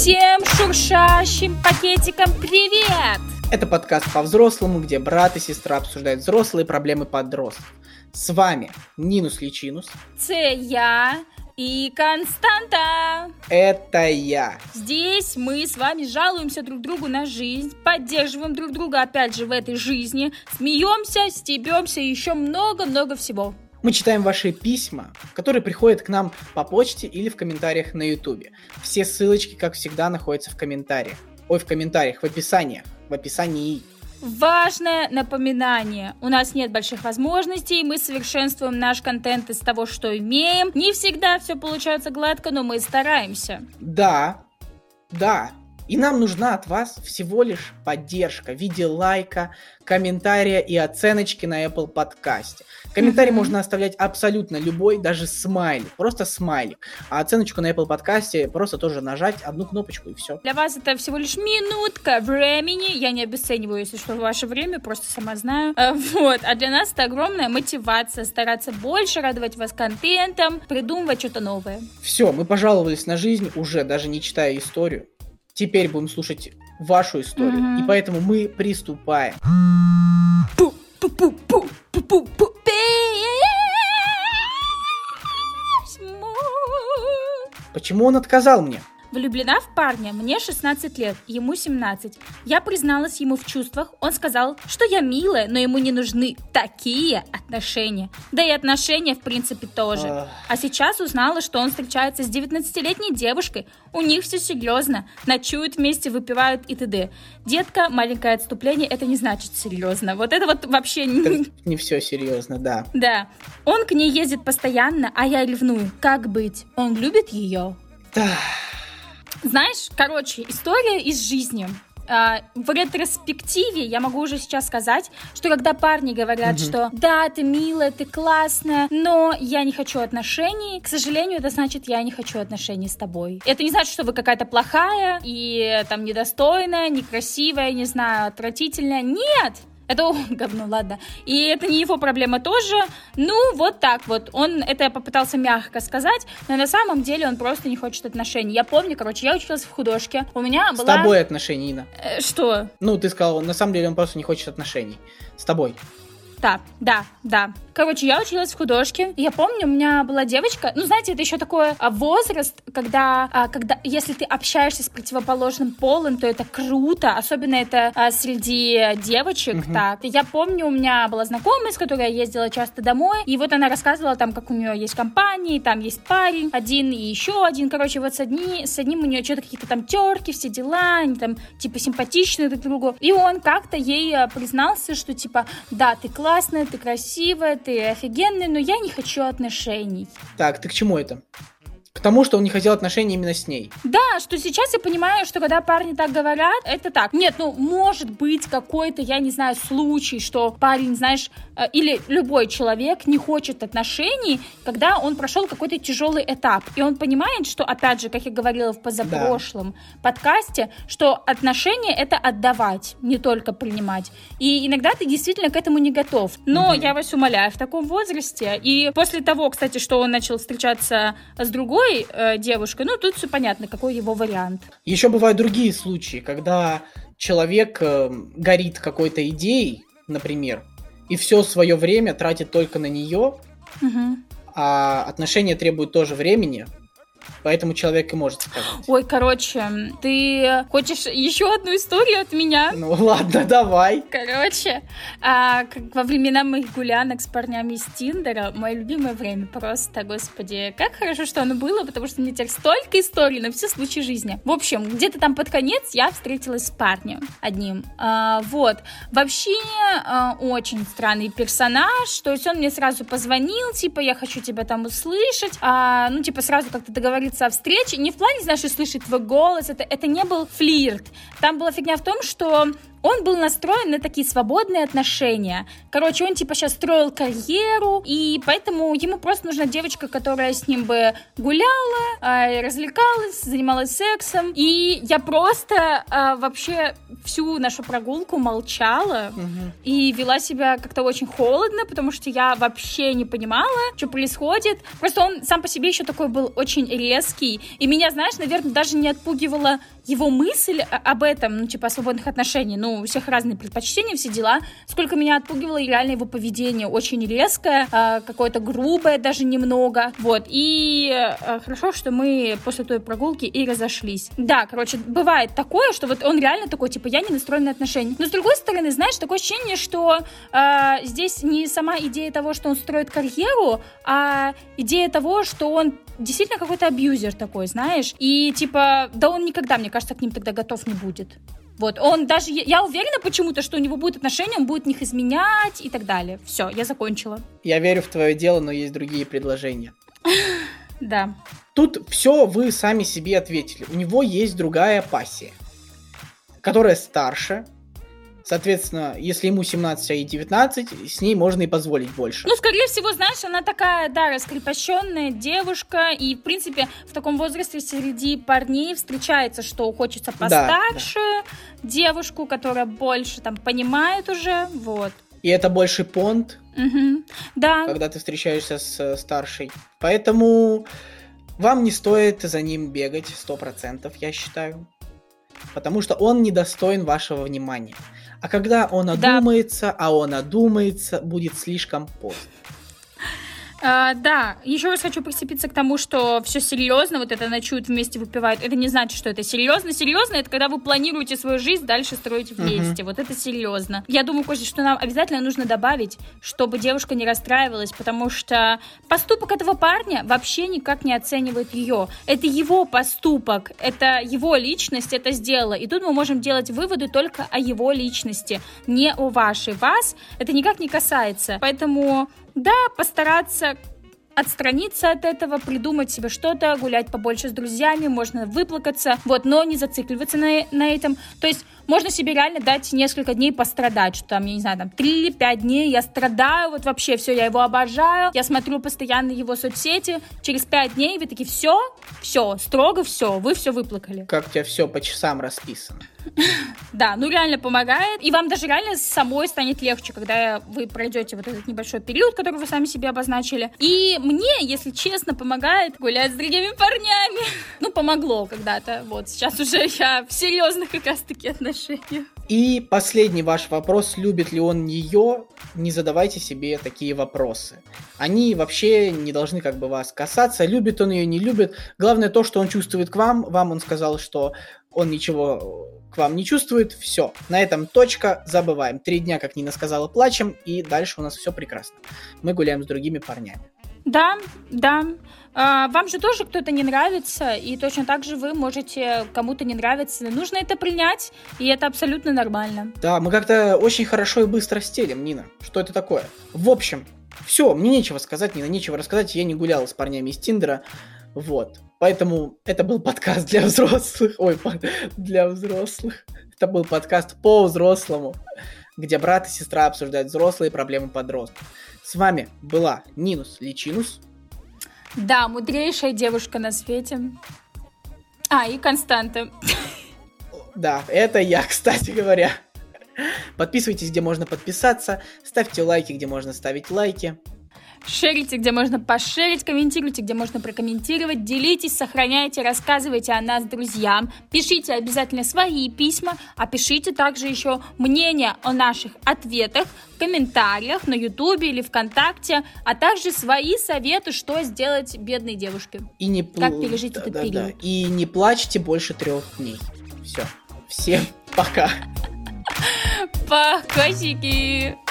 Всем шуршащим пакетикам привет! Это подкаст по-взрослому, где брат и сестра обсуждают взрослые проблемы подростков. С вами Нинус Личинус. Це я и Константа. Это я. Здесь мы с вами жалуемся друг другу на жизнь, поддерживаем друг друга опять же в этой жизни, смеемся, стебемся и еще много-много всего. Мы читаем ваши письма, которые приходят к нам по почте или в комментариях на Ютубе. Все ссылочки, как всегда, находятся в комментариях. В описании. Важное напоминание. У нас нет больших возможностей, мы совершенствуем наш контент из того, что имеем. Не всегда все получается гладко, но мы стараемся. Да. И нам нужна от вас всего лишь поддержка в виде лайка, комментария и оценочки на Apple подкасте. Комментарий можно оставлять абсолютно любой, даже смайлик, просто смайлик. А оценочку на Apple подкасте просто тоже нажать одну кнопочку и все. Для вас это всего лишь минутка времени. Я не обесцениваю, если что, ваше время, просто сама знаю. А для нас это огромная мотивация стараться больше радовать вас контентом, придумывать что-то новое. Все, мы пожаловались на жизнь уже, даже не читая историю. Теперь будем слушать вашу историю, и поэтому мы приступаем. Почему он отказал мне? Влюблена в парня, мне 16 лет, ему 17. Я призналась ему в чувствах, он сказал, что я милая, но ему не нужны такие отношения. Да и отношения, в принципе, тоже. А сейчас узнала, что он встречается с 19-летней девушкой. У них все серьезно, ночуют вместе, выпивают и т.д. Детка, маленькое отступление, это не значит серьезно. Вот это вот вообще... Не все серьезно, да. Да. Он к ней ездит постоянно, а я ревную. Как быть? Он любит ее? Да. Знаешь, история из жизни. В ретроспективе я могу уже сейчас сказать, что когда парни говорят, что да, ты милая, ты классная, но я не хочу отношений, к сожалению, это значит, я не хочу отношений с тобой. Это не значит, что вы какая-то плохая и там недостойная, некрасивая, не знаю, отвратительная. Нет! Это говно, ладно. И это не его проблема тоже. Ну, вот так вот. Он это попытался мягко сказать, но на самом деле он просто не хочет отношений. Я помню, я училась в художке. У меня была... С тобой отношения, Нина. Что? Ну, ты сказала, на самом деле он просто не хочет отношений. С тобой. Да. Я училась в художке. Я помню, у меня была девочка. Ну, знаете, это еще такой возраст, когда если ты общаешься с противоположным полом, то это круто. Особенно это среди девочек. Так. Я помню, у меня была знакомая, с которой я ездила часто домой. И вот она рассказывала там, как у нее есть компания, там есть парень один и еще один. Вот с одним у нее что-то какие-то там терки, все дела. Они там типа симпатичные друг другу. И он как-то ей признался, что типа, да, ты классная, ты красивая, ты офигенная, но я не хочу отношений. Так, ты к чему это? К тому, что он не хотел отношений именно с ней. Да, что сейчас я понимаю, что когда парни так говорят, это так. Нет, может быть какой-то, я не знаю, случай, что парень, знаешь, или любой человек не хочет отношений, когда он прошел какой-то тяжелый этап. И он понимает, что, опять же, как я говорила в позапрошлом подкасте, что отношения — это отдавать, не только принимать. И иногда ты действительно к этому не готов. Но я вас умоляю, в таком возрасте, и после того, кстати, что он начал встречаться с другой девушкой, тут все понятно, какой его вариант. Еще бывают другие случаи, когда человек горит какой-то идеей, например, и все свое время тратит только на нее, а отношения требуют тоже времени, поэтому человек и может сказать. Ой, ты хочешь еще одну историю от меня? Ну ладно, давай. Во времена моих гулянок с парнями из Тиндера, мое любимое время просто, господи, как хорошо, что оно было, потому что у меня теперь столько историй на все случаи жизни. В общем, где-то там под конец я встретилась с парнем одним. Вообще, очень странный персонаж, то есть он мне сразу позвонил, типа, я хочу тебя там услышать, сразу как-то договориться о встрече, не в плане, знаешь, услышать твой голос, это не был флирт, там была фигня в том, что он был настроен на такие свободные отношения. Он сейчас строил карьеру, и поэтому ему просто нужна девочка, которая с ним бы гуляла, развлекалась, занималась сексом. И я просто вообще всю нашу прогулку молчала и вела себя как-то очень холодно, потому что я вообще не понимала, что происходит. Просто он сам по себе еще такой был очень резкий, резкий, и меня, знаешь, наверное, даже не отпугивала его мысль об этом, ну, типа, о свободных отношениях, ну, у всех разные предпочтения, все дела, сколько меня отпугивало реально его поведение, очень резкое, какое-то грубое даже немного, вот, и хорошо, что мы после той прогулки и разошлись. Да, короче, бывает такое, что вот он реально такой, типа, я не настроен на отношения, но с другой стороны, знаешь, такое ощущение, что здесь не сама идея того, что он строит карьеру, а идея того, что он действительно какой-то абьюзер такой, знаешь, и типа, да он никогда, мне кажется, к ним тогда готов не будет. Вот, он даже, я уверена почему-то, что у него будут отношения, он будет в них изменять и так далее. Все, я закончила. Я верю в твое дело, но есть другие предложения. Да. Тут все вы сами себе ответили. У него есть другая пассия, которая старше. Соответственно, если ему 17, а ей 19, с ней можно и позволить больше. Ну, скорее всего, знаешь, она такая, да, раскрепощенная девушка, и, в принципе, в таком возрасте среди парней встречается, что хочется постарше, девушку, которая больше там понимает уже, вот. И это больше понт, да. Когда ты встречаешься с старшей. Поэтому вам не стоит за ним бегать 100%, я считаю. Потому что он недостоин вашего внимания. А когда он одумается, будет слишком поздно. Да, еще раз хочу прицепиться к тому, что все серьезно, вот это ночуют вместе, выпивают, это не значит, что это серьезно. Серьезно, это когда вы планируете свою жизнь дальше строить вместе, вот это серьезно. Я думаю, Костя, что нам обязательно нужно добавить, чтобы девушка не расстраивалась, потому что поступок этого парня вообще никак не оценивает ее. Это его поступок, это его личность это сделала, и тут мы можем делать выводы только о его личности, не о вашей. Вас это никак не касается, поэтому... Да, постараться отстраниться от этого, придумать себе что-то, гулять побольше с друзьями, можно выплакаться, вот, но не зацикливаться на этом. То есть можно себе реально дать несколько дней пострадать, что там, я не знаю, там 3 или 5 дней я страдаю, вот вообще все, я его обожаю, я смотрю постоянно его соцсети, через 5 дней вы такие, все, строго все, вы все выплакали. Как у тебя все по часам расписано. Да, ну реально помогает, и вам даже реально самой станет легче, когда вы пройдете вот этот небольшой период, который вы сами себе обозначили. И мне, если честно, помогает гулять с другими парнями. Ну, помогло когда-то, вот, сейчас уже я в серьезных как раз-таки отношениях. И последний ваш вопрос, любит ли он ее, не задавайте себе такие вопросы. Они вообще не должны как бы вас касаться, любит он ее, не любит. Главное то, что он чувствует к вам он сказал, что он ничего к вам не чувствует, все. На этом точка, забываем. 3 дня, как Нина сказала, плачем, и дальше у нас все прекрасно. Мы гуляем с другими парнями. Да. Вам же тоже кто-то не нравится, и точно так же вы можете кому-то не нравиться. Нужно это принять, и это абсолютно нормально. Да, мы как-то очень хорошо и быстро стелим, Нина. Что это такое? В общем, все, мне нечего сказать, Нина, нечего рассказать. Я не гулял с парнями из Тиндера. Вот. Поэтому это был подкаст для взрослых. Для взрослых. Это был подкаст по-взрослому, где брат и сестра обсуждают взрослые проблемы подростков. С вами была Нинус Личинус. Да, мудрейшая девушка на свете. И Константа. Да, это я, кстати говоря. Подписывайтесь, где можно подписаться. Ставьте лайки, где можно ставить лайки. Шерите, где можно пошерить, комментируйте, где можно прокомментировать, делитесь, сохраняйте, рассказывайте о нас друзьям, пишите обязательно свои письма, а пишите также еще мнение о наших ответах в комментариях на Ютубе или ВКонтакте, а также свои советы, что сделать бедной девушке. Как пережить этот период. Да. И не плачьте больше 3 дней. Все. Всем пока. Покосики.